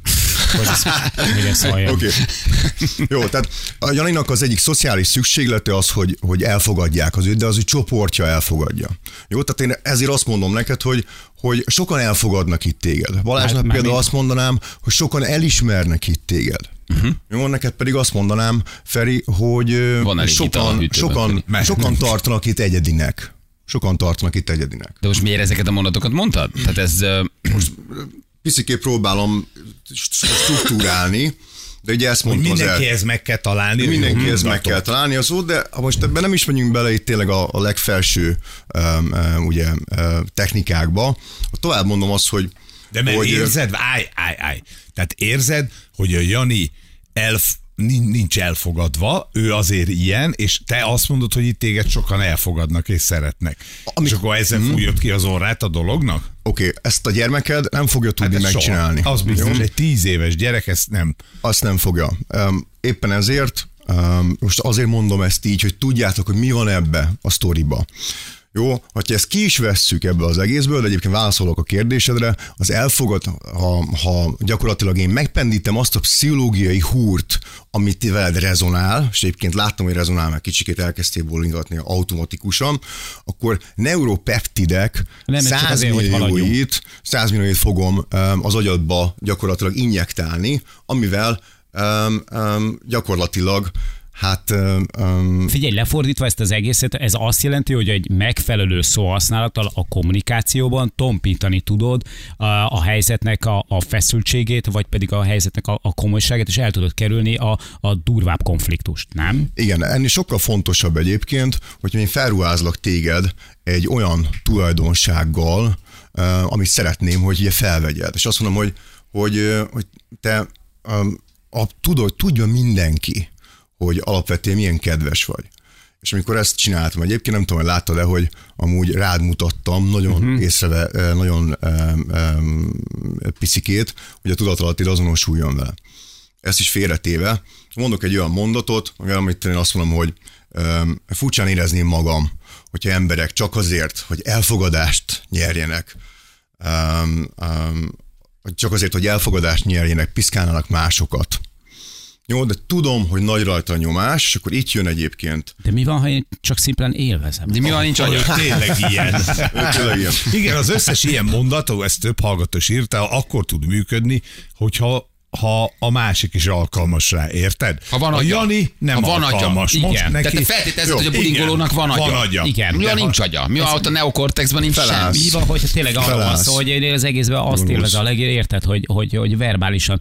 Speaker 3: Hogy ezt halljam.
Speaker 7: Okay. Jó, tehát a Janinak az egyik szociális szükséglete az, hogy, hogy elfogadják az őt, de az ő csoportja elfogadja. Jó, tehát én ezért azt mondom neked, hogy, hogy sokan elfogadnak itt téged. Balázsnak hát, például azt mondanám, hogy sokan elismernek itt téged. Uh-huh. Jó, neked pedig azt mondanám, Feri, hogy sokan, sokan, sokan tartanak itt egyedinek. Sokan tartanak itt egyedinek.
Speaker 2: De most miért ezeket a mondatokat mondtad? Tehát ez... Uh...
Speaker 7: Most picikét próbálom struktúrálni, de ugye ezt mondtam az el...
Speaker 4: Mindenkihez meg kell találni.
Speaker 7: Mindenkihez meg kell találni a szót, de most ebben nem is megyünk bele itt tényleg a, a legfelső um, um, ugye, uh, technikákba. Tovább mondom azt, hogy
Speaker 4: De mert
Speaker 7: hogy...
Speaker 4: érzed, állj, állj, állj. Tehát érzed, hogy a Jani elf, nincs elfogadva, ő azért ilyen, és te azt mondod, hogy itt téged sokan elfogadnak és szeretnek. Amik... És akkor ezzel hmm. fújod ki az orrát a dolognak?
Speaker 7: Oké, okay, ezt a gyermeked nem fogja tudni hát megcsinálni.
Speaker 4: Soha. Az biztos, egy tíz éves gyerek ezt nem.
Speaker 7: Azt nem fogja. Éppen ezért, most azért mondom ezt így, hogy tudjátok, hogy mi van ebbe a sztoriba. Jó, hogyha ezt ki is vesszük ebből az egészből, de egyébként válaszolok a kérdésedre, az elfogad, ha, ha gyakorlatilag én megpendítem azt a pszichológiai húrt, amit veled rezonál, és egyébként láttam, hogy rezonál, mert kicsikét elkezdtél bólingatni automatikusan, akkor neuropeptidek százmillióit, százmillióit fogom az agyadba gyakorlatilag injektálni, amivel um, um, gyakorlatilag Hát, um,
Speaker 3: Figyelj, lefordítva ezt az egészet, ez azt jelenti, hogy egy megfelelő szóhasználattal a kommunikációban tompítani tudod a, a helyzetnek a, a feszültségét, vagy pedig a helyzetnek a, a komolyságát, és el tudod kerülni a, a durvább konfliktust, nem?
Speaker 7: Igen, ennél sokkal fontosabb egyébként, hogy én felruházlak téged egy olyan tulajdonsággal, uh, amit szeretném, hogy ugye felvegyed. És azt mondom, hogy, hogy, uh, hogy te um, a, tudod, tudja mindenki, hogy alapvetően milyen kedves vagy. És amikor ezt csináltam, egyébként nem tudom, hogy láttad-e, hogy amúgy rád mutattam nagyon uh-huh. észreve, nagyon um, um, picikét, hogy a tudatalattid azonosuljon vele. Ezt is félretéve mondok egy olyan mondatot, amit én azt mondom, hogy um, furcsán érezném magam, hogyha emberek csak azért, hogy elfogadást nyerjenek, um, um, csak azért, hogy elfogadást nyerjenek, piszkálnának másokat. Jó, de tudom, hogy nagy rajta a nyomás, és akkor itt jön egyébként.
Speaker 3: De mi van, ha én csak szimplán élvezem?
Speaker 2: De mi van, nincs agya?
Speaker 4: Tényleg ilyen. Tényleg ilyen. Igen, az összes ilyen mondat, ezt több hallgatós írta, akkor tud működni, hogyha ha a másik is alkalmas rá, érted?
Speaker 2: Ha van
Speaker 4: a
Speaker 2: agya.
Speaker 4: Jani nem
Speaker 2: ha van
Speaker 4: alkalmas.
Speaker 2: Agya.
Speaker 4: Most
Speaker 2: igen.
Speaker 4: neki...
Speaker 2: Tehát te feltételezed, hogy a bulingolónak van agya.
Speaker 4: Van agya.
Speaker 2: Igen. Mi van, nincs agya? Mi van, ott a neokortexben nincs semmi?
Speaker 3: Mi van, hogyha tényleg arra van szó, hogy én az egészben azt élvez a legér, érted, hogy, hogy, hogy verbálisan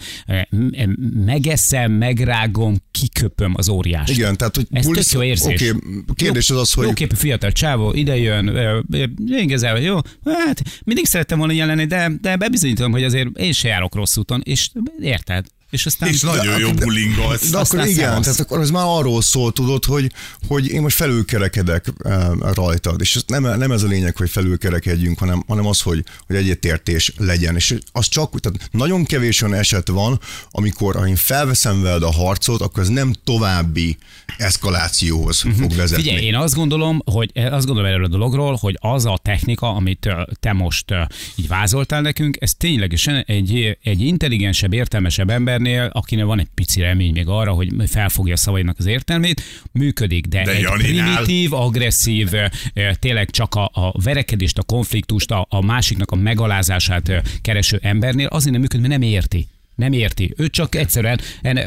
Speaker 3: megeszem, megrágom, kiköpöm az óriást.
Speaker 7: Igen, tehát hogy
Speaker 3: ez tök jó érzés.
Speaker 7: Oké, kérdés az az, hogy...
Speaker 3: Jóképű fiatal csávó, ide jön, igazából jó, hát mindig szerettem volna jelenni, de, de bebizonyítom, hogy azért én se járok rossz úton, és érted? És, aztán
Speaker 4: és nagyon jó bulingolsz.
Speaker 7: De akkor igen, tehát akkor ez már arról szól, tudod, hogy, hogy én most felülkerekedek rajtad, és nem, nem ez a lényeg, hogy felülkerekedjünk, hanem, hanem az, hogy, hogy egyetértés legyen. És az csak, tehát nagyon kevés olyan eset van, amikor ha én felveszem veled a harcot, akkor ez nem további eszkalációhoz uh-huh. fog vezetni.
Speaker 3: Figyelj, én azt gondolom, hogy azt gondolom erről a dologról, hogy az a technika, amit te most így vázoltál nekünk, ez ténylegesen egy, egy intelligensebb, értelmesebb ember, akinek van egy pici remény még arra, hogy felfogja a szavainak az értelmét, működik, de, de egy Janinál... primitív, agresszív, tényleg csak a, a verekedést, a konfliktust, a, a másiknak a megalázását kereső embernél azért nem működik, mert nem érti. Nem érti. Ő csak egyszerűen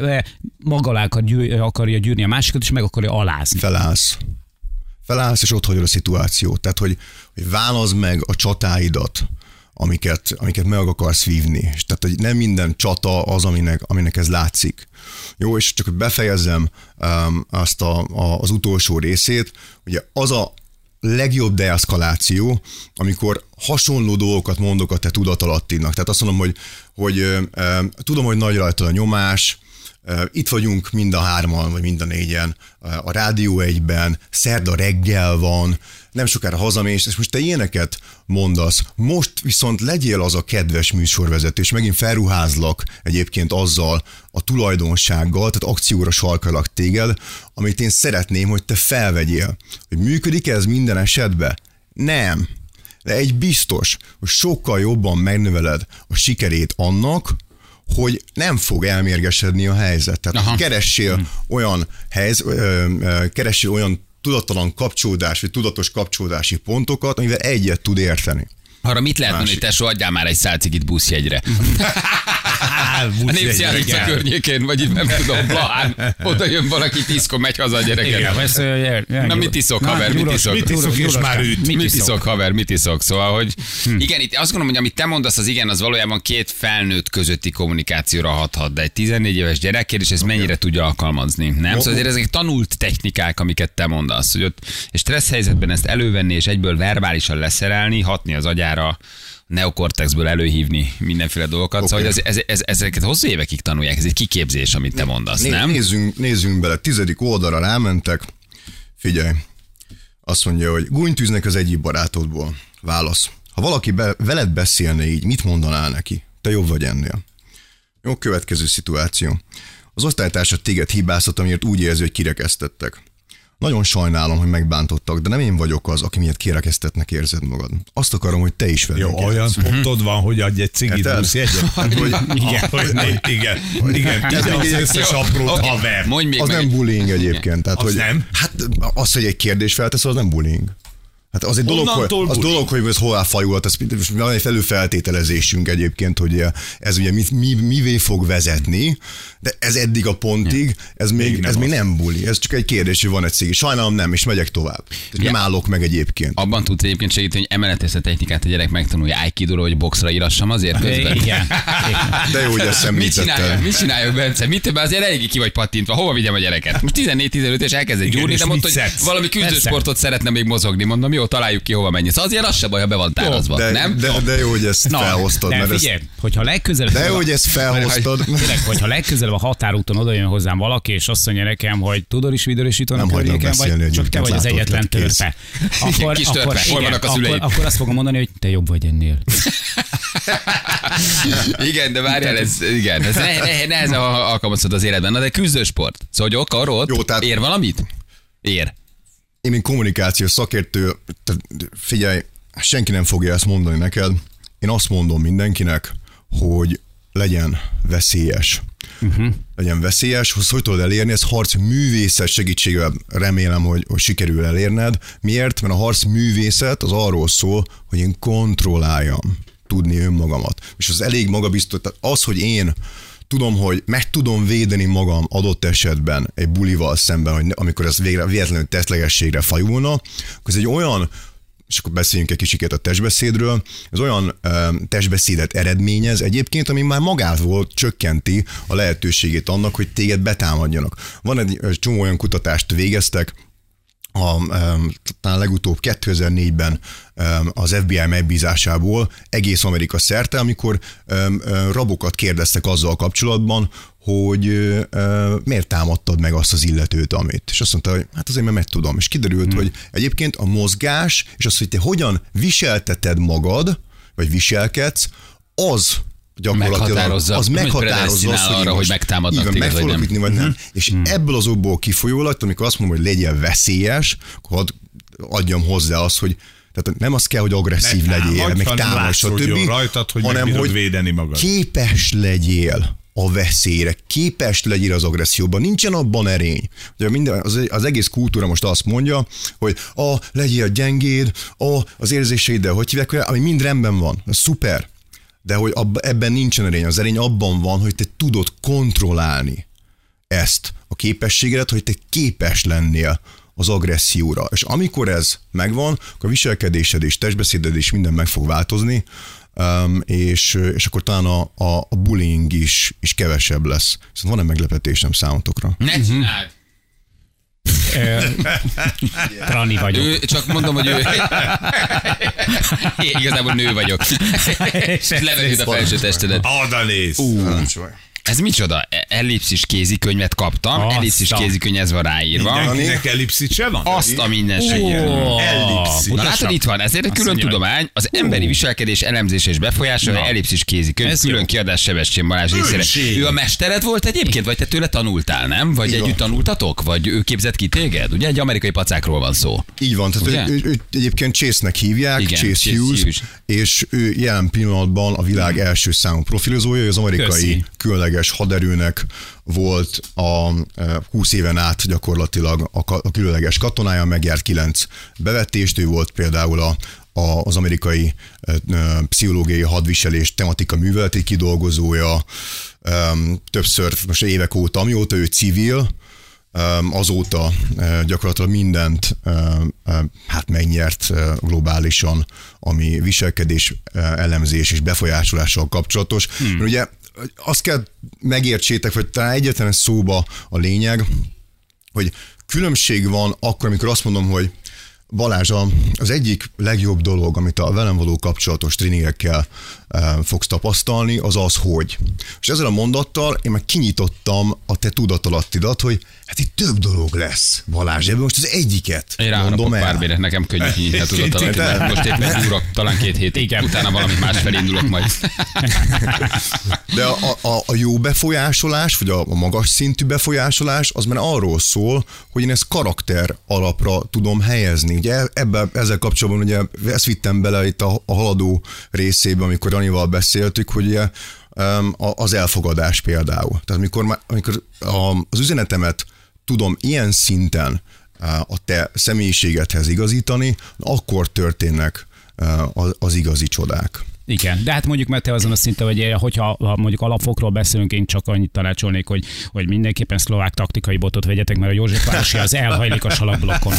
Speaker 3: maga alá akar gyűr, akarja gyűrni a másikat, és meg akarja alázni.
Speaker 7: Felállsz. Felállsz, és ott hagyod a szituációt. Tehát, hogy, hogy válaszd meg a csatáidat, amiket, amiket meg akarsz vívni. És tehát, hogy nem minden csata az, aminek, aminek ez látszik. Jó, és csak hogy befejezzem um, azt a, a, az utolsó részét, ugye az a legjobb deeszkaláció, amikor hasonló dolgokat mondok a te tudatalattinak. Tehát azt mondom, hogy, hogy um, tudom, hogy nagy rajta a nyomás, uh, itt vagyunk mind a hárman, vagy mind a négyen uh, a Rádió egyben, szerda reggel van, nem sokára hazamész, és most te ilyeneket mondasz. Most viszont legyél az a kedves műsorvezető, és megint felruházlak egyébként azzal a tulajdonsággal, tehát akcióra sarkalak téged, amit én szeretném, hogy te felvegyél. Hogy működik ez minden esetben? Nem. De egy biztos, hogy sokkal jobban megnöveled a sikerét annak, hogy nem fog elmérgesedni a helyzet. Tehát Aha. keressél hmm. olyan helyz, keressél olyan tudattalan kapcsolódás, vagy tudatos kapcsolódási pontokat, amivel egyet tud érteni.
Speaker 2: Arra mit lehet mondani, hogy tesó, adjál már egy szálcigit buszjegyre? A Népszjárica környékén, vagy itt nem tudom, Blahán, oda jön valaki, tiszkon, megy haza a gyereket. Na mit iszok, haver, mit iszok?
Speaker 4: Mit iszok, és már üt.
Speaker 2: Mit iszok, haver, mit iszok? Szóval, hogy igen, itt azt gondolom, hogy amit te mondasz, az igen, az valójában két felnőtt közötti kommunikációra hathat, de egy tizennégy éves gyerekért, és ezt mennyire tudja alkalmazni, nem? Szóval azért ezek tanult technikák, amiket te mondasz, hogy ott egy stressz helyzetben ezt elővenni, és egyből verbálisan leszerelni, hatni az agyára, neokortexből előhívni mindenféle dolgokat. Okay. Szóval ez, ez, ez, ezeket hosszú évekig tanulják, ez egy kiképzés, amit te mondasz, Né, nem?
Speaker 7: Nézzünk, nézzünk bele, tizedik oldalra rámentek, figyelj, azt mondja, hogy gúnytűznek az egyik barátodból. Válasz. Ha valaki be, veled beszélne így, mit mondanál neki? Te jobb vagy ennél. Jó, következő szituáció. Az osztálytársad téged hibáztat, amiért úgy érzi, hogy kirekesztettek. Nagyon sajnálom, hogy megbántottak, de nem én vagyok az, aki miatt kirekesztetnek érzed magad. Azt akarom, hogy te is velem.
Speaker 4: Jó, olyan spontod van, hogy adj egy cigit, busz egyet. Igen, hogy igen, igen, igen, az összes aprót haver.
Speaker 7: Az nem bullying egyébként. Tehát,
Speaker 4: az
Speaker 7: hogy,
Speaker 4: nem?
Speaker 7: Hát az, hogy egy kérdés feltesz, az nem bullying. Hát az egy dolog, hogy, az dolog, hogy ez hová fajult, ez van egy felülfeltételezésünk egyébként, hogy ez ugye mi, mi, mivé fog vezetni, de ez eddig a pontig, ez még, még, ez még nem buli, ez csak egy kérdés, hogy van egy cég. Sajnálom nem, és megyek tovább. Ja. Nem állok meg egyébként.
Speaker 2: Abban tudsz egyébként segíteni, hogy emeletészet technikát a gyerek megtanulja Aikidóra, hogy boxra írassam azért közben.
Speaker 3: Igen.
Speaker 7: De jó, hogy ezt említettem.
Speaker 2: Mit csináljuk, Bence? Mit te azért eléggé ki vagy pattintva? Hova vigyem a gyereket? Most tizennégy-tizenöt és elkezdett gyúrni, de mondta, hogy valami küzdősportot szeretne még mozogni. Mondom, jó, találjuk ki, hova menj. Szóval azért az se baj, ha be van tárazva,
Speaker 7: de,
Speaker 2: nem?
Speaker 7: De, de jó, hogy ezt Na, felhoztad.
Speaker 3: De figyelj, ezt... hogyha legközelebb...
Speaker 7: De jó, hogy ezt felhoztad.
Speaker 3: Tényleg, hogyha legközelebb a határúton oda jön hozzám valaki, és azt mondja nekem, hogy tudod is videósítani a környéken, vagy csak te vagy az egyetlen törpe. Akkor,
Speaker 2: Kis törpe, hol vannak a szüleid?
Speaker 3: Akkor azt fogom mondani, hogy te jobb vagy ennél.
Speaker 2: Igen, de várjál, ez, igen, ez nehezen alkalmazható az életben. Na, de küzdősport. Szóval, hogy akarod, Jó, tehát... ér valamit? Ér.
Speaker 7: Én, mint kommunikációs szakértő, figyelj, senki nem fogja ezt mondani neked. Én azt mondom mindenkinek, hogy legyen veszélyes. Uh-huh. Legyen veszélyes, hogy hogy tudod elérni, ez harc művészet segítségével remélem, hogy, hogy sikerül elérned. Miért? Mert a harc művészet az arról szól, hogy én kontrolláljam tudni önmagamat. És az elég magabiztos, tehát az, hogy én tudom, hogy meg tudom védeni magam adott esetben egy bulival szemben, hogy amikor ez végre véletlenül tesztlegességre fajulna, akkor ez egy olyan, és akkor beszéljünk egy kicsit a testbeszédről, ez olyan ö, testbeszédet eredményez egyébként, ami már magától csökkenti a lehetőségét annak, hogy téged betámadjanak. Van egy csomó olyan kutatást végeztek, a, talán legutóbb kétezer-négyben az ef bé i megbízásából egész Amerika szerte, amikor rabokat kérdeztek azzal kapcsolatban, hogy miért támadtad meg azt az illetőt, amit. És azt mondta, hogy hát azért, mert meg tudom. És kiderült, hmm. hogy egyébként a mozgás, és az, hogy te hogyan viselteted magad, vagy viselkedsz, az gyakorlatilag
Speaker 2: meghatározza,
Speaker 7: az meghatározza azt, hogy,
Speaker 2: arra, hogy megtámadnak
Speaker 7: igen,
Speaker 2: téged,
Speaker 7: meg fogok ütni, vagy nem. Mm-hmm. És mm. ebből az okból kifolyólag, amikor azt mondom, hogy legyél veszélyes, akkor adjam hozzá azt, hogy tehát nem az kell, hogy agresszív ne legyél, meg támadj, stb.
Speaker 4: Rajtad, hogy
Speaker 7: hanem, hogy
Speaker 4: védeni magad.
Speaker 7: Képes legyél a veszélyre, képes legyél az agresszióban, nincsen abban erény. Ugye minden, az, az egész kultúra most azt mondja, hogy a, legyél gyengéd, a, az érzéseiddel, hogy hívják, ami mind rendben van, ez szuper. De hogy abba, ebben nincsen erény. Az erény abban van, hogy te tudod kontrollálni ezt a képességedet, hogy te képes lennél az agresszióra. És amikor ez megvan, akkor a viselkedésed és testbeszéded is minden meg fog változni, um, és, és akkor talán a, a, a bullying is, is kevesebb lesz. Szóval van-e meglepetésem számotokra?
Speaker 2: Ne csináld!
Speaker 3: Trani vagyok.
Speaker 2: Ő, csak mondom, hogy ő... Én igazából nő vagyok. Levegyed a felső testedet.
Speaker 4: Oda néz!
Speaker 2: Ez micsoda? Ellipszis kézikönyvet kaptam. Azt ellipszis kézikönyv, ez van ráírva.
Speaker 4: Mindenkinek ellipszis se van?
Speaker 2: Azt a mindenségét.
Speaker 4: Oh, ellipszis.
Speaker 2: Na látod, itt van. Ezért egy külön mondja, tudomány. Az emberi viselkedés elemzés és befolyásolja ellipszis kézikönyv. Ez külön jó. Kiadás Sebestyén Balázs részére. Ő a mestered volt egyébként? Vagy te tőle tanultál, nem? Vagy együtt tanultatok? Vagy ő képzett ki téged? Ugye egy amerikai pacákról van szó.
Speaker 7: Így van. Tehát ő, ő, ő egyébként Chase-nek hívják, igen, Chase, Chase Hughes, Hughes, és ő jelen pillanatban a világ első számú profilozója, az amerikai Köszi. különleges haderőnek volt a húsz éven át gyakorlatilag a különleges katonája, megjárt kilenc bevetést, ő volt például a, a, az amerikai pszichológiai hadviselés tematika műveleti kidolgozója, többször, most évek óta, amióta ő civil, azóta gyakorlatilag mindent hát megnyert globálisan, ami viselkedés, elemzés és befolyásolással kapcsolatos. Hmm. Mert ugye azt kell megértsétek, hogy talán egyetlen szóba a lényeg, hogy különbség van akkor, amikor azt mondom, hogy Balázs, az egyik legjobb dolog, amit a velem való kapcsolatos tréningekkel fogsz tapasztalni, az az, hogy. És ezzel a mondattal én meg kinyitottam a te tudatalattidat, hogy hát itt több dolog lesz, Balázs, ebből most az egyiket
Speaker 2: én mondom el. Bármire, nekem könnyű kinyitni a tudatalattidat. Most éppen gyúrok, talán két hét, igen. Utána valami másfelé indulok majd.
Speaker 7: De a, a, a jó befolyásolás, vagy a, a magas szintű befolyásolás, az már arról szól, hogy én ezt karakter alapra tudom helyezni. Ugye ebben, ezzel kapcsolatban ugye ezt vittem bele itt a, a haladó részébe, amikor Danival beszéltük, hogy ugye, az elfogadás például. Tehát amikor, amikor az üzenetemet tudom ilyen szinten a te személyiségedhez igazítani, akkor történnek az igazi csodák.
Speaker 3: Igen, de hát mondjuk, mert te azon a szinten, hogy hogyha ha mondjuk alapfokról beszélünk, én csak annyit tanácsolnék, hogy, hogy mindenképpen szlovák taktikai botot vegyetek, mert a Józsefvárosi az elhajlik a salakblokkon.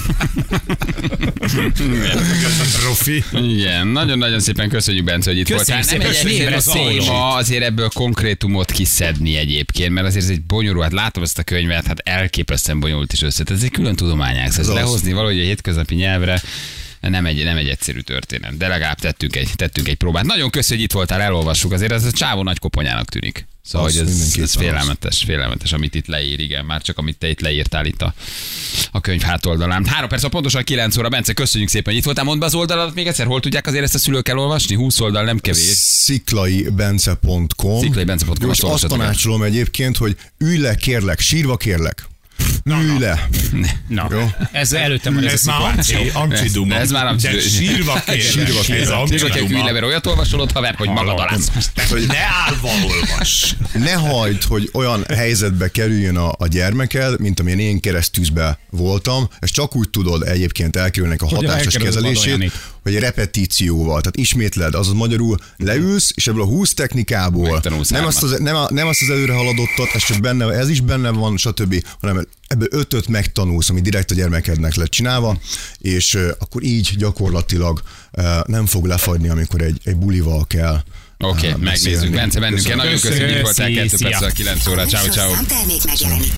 Speaker 4: Profi.
Speaker 2: Igen, nagyon-nagyon szépen köszönjük, Bence, hogy itt voltál. Nem egy egyszerű téma azért ebből konkrétumot kiszedni egyébként, mert azért ez egy bonyolult, hát látom ezt a könyvet, hát elképesztően bonyolult és összetett. Ez egy külön tudományág, szóval lehozni valahogy a hétköznapi nyelvre. Nem egy, nem egy egyszerű történet, de legalább tettünk egy, tettünk egy próbát. Nagyon köszönjük, hogy itt voltál, elolvassuk. Azért ez a csávó nagy koponyának tűnik. Szóval hogy ez, ez félelmetes, félelmetes, amit itt leír, igen, már csak amit te itt leírtál itt a, a könyv hátoldalán. Három perc, pontosan kilenc óra. Bence, köszönjük szépen, hogy itt voltál. Mondd be az oldaladat még egyszer, hol tudják azért ezt a szülők elolvasni? húsz oldal, nem kevés.
Speaker 7: sziklaibence pont com.
Speaker 2: sziklaibence pont com.
Speaker 7: Most azt tanácsolom egyébként, hogy ülj le, kérlek, sírva kérlek.
Speaker 3: Na,
Speaker 7: ülj le.
Speaker 3: Na, jó. Ez előttem van ez,
Speaker 4: ez a szituáció. Amcsidum.
Speaker 2: Ez, ez már amcsidum.
Speaker 4: Sírva kérlek. Sírva kérlek.
Speaker 2: Sírva kérlek, ülj le, mert olyat olvasolod, haver, hogy magad alász.
Speaker 4: Ne állva olvas.
Speaker 7: Ne hagyd, hogy olyan helyzetbe kerüljön a, a gyermeked, mint amilyen én keresztűzbe voltam. Ezt csak úgy tudod egyébként elkerülni a hatásos kezelését, hogy repetícióval, tehát ismétled, azaz magyarul leülsz, és ebből a húsz technikából nem azt, az, nem, a, nem azt az előre haladottat, ez csak benne, ez is benne van, stb., hanem ebből ötöt megtanulsz, ami direkt a gyermekednek lett csinálva, és uh, akkor így gyakorlatilag uh, nem fog lefagyni, amikor egy, egy bulival kell.
Speaker 2: Oké, okay, uh, megnézzük. Bence, bennünk kell. Nagyon köszönjük, hogy voltál kettő perccel kilenc óra. Ciao, ciao.